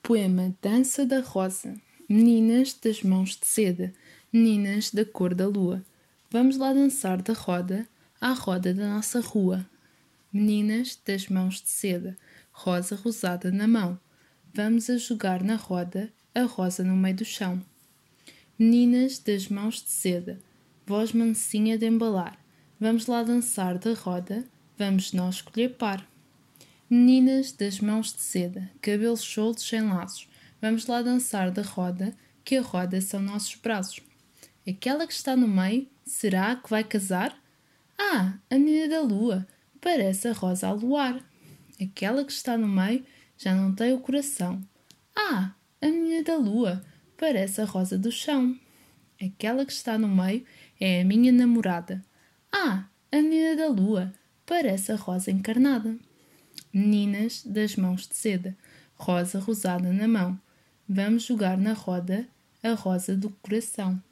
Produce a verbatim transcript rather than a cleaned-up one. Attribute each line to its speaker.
Speaker 1: Poema Dança da Rosa. Meninas das mãos de seda, meninas da cor da lua, vamos lá dançar da roda, à roda da nossa rua. Meninas das mãos de seda, rosa rosada na mão, vamos a jogar na roda, a rosa no meio do chão. Meninas das mãos de seda, voz mansinha de embalar, vamos lá dançar da roda, vamos nós escolher par. Meninas das mãos de seda, cabelos soltos sem laços, vamos lá dançar da roda, que a roda são nossos braços. Aquela que está no meio, será que vai casar? Ah, a menina da lua, parece a rosa a luar. Aquela que está no meio já não tem o coração. Ah, a menina da lua, parece a rosa do chão. Aquela que está no meio é a minha namorada. Ah, a menina da lua, parece a rosa encarnada. Meninas das mãos de seda, rosa rosada na mão, vamos jogar na roda, a rosa do coração.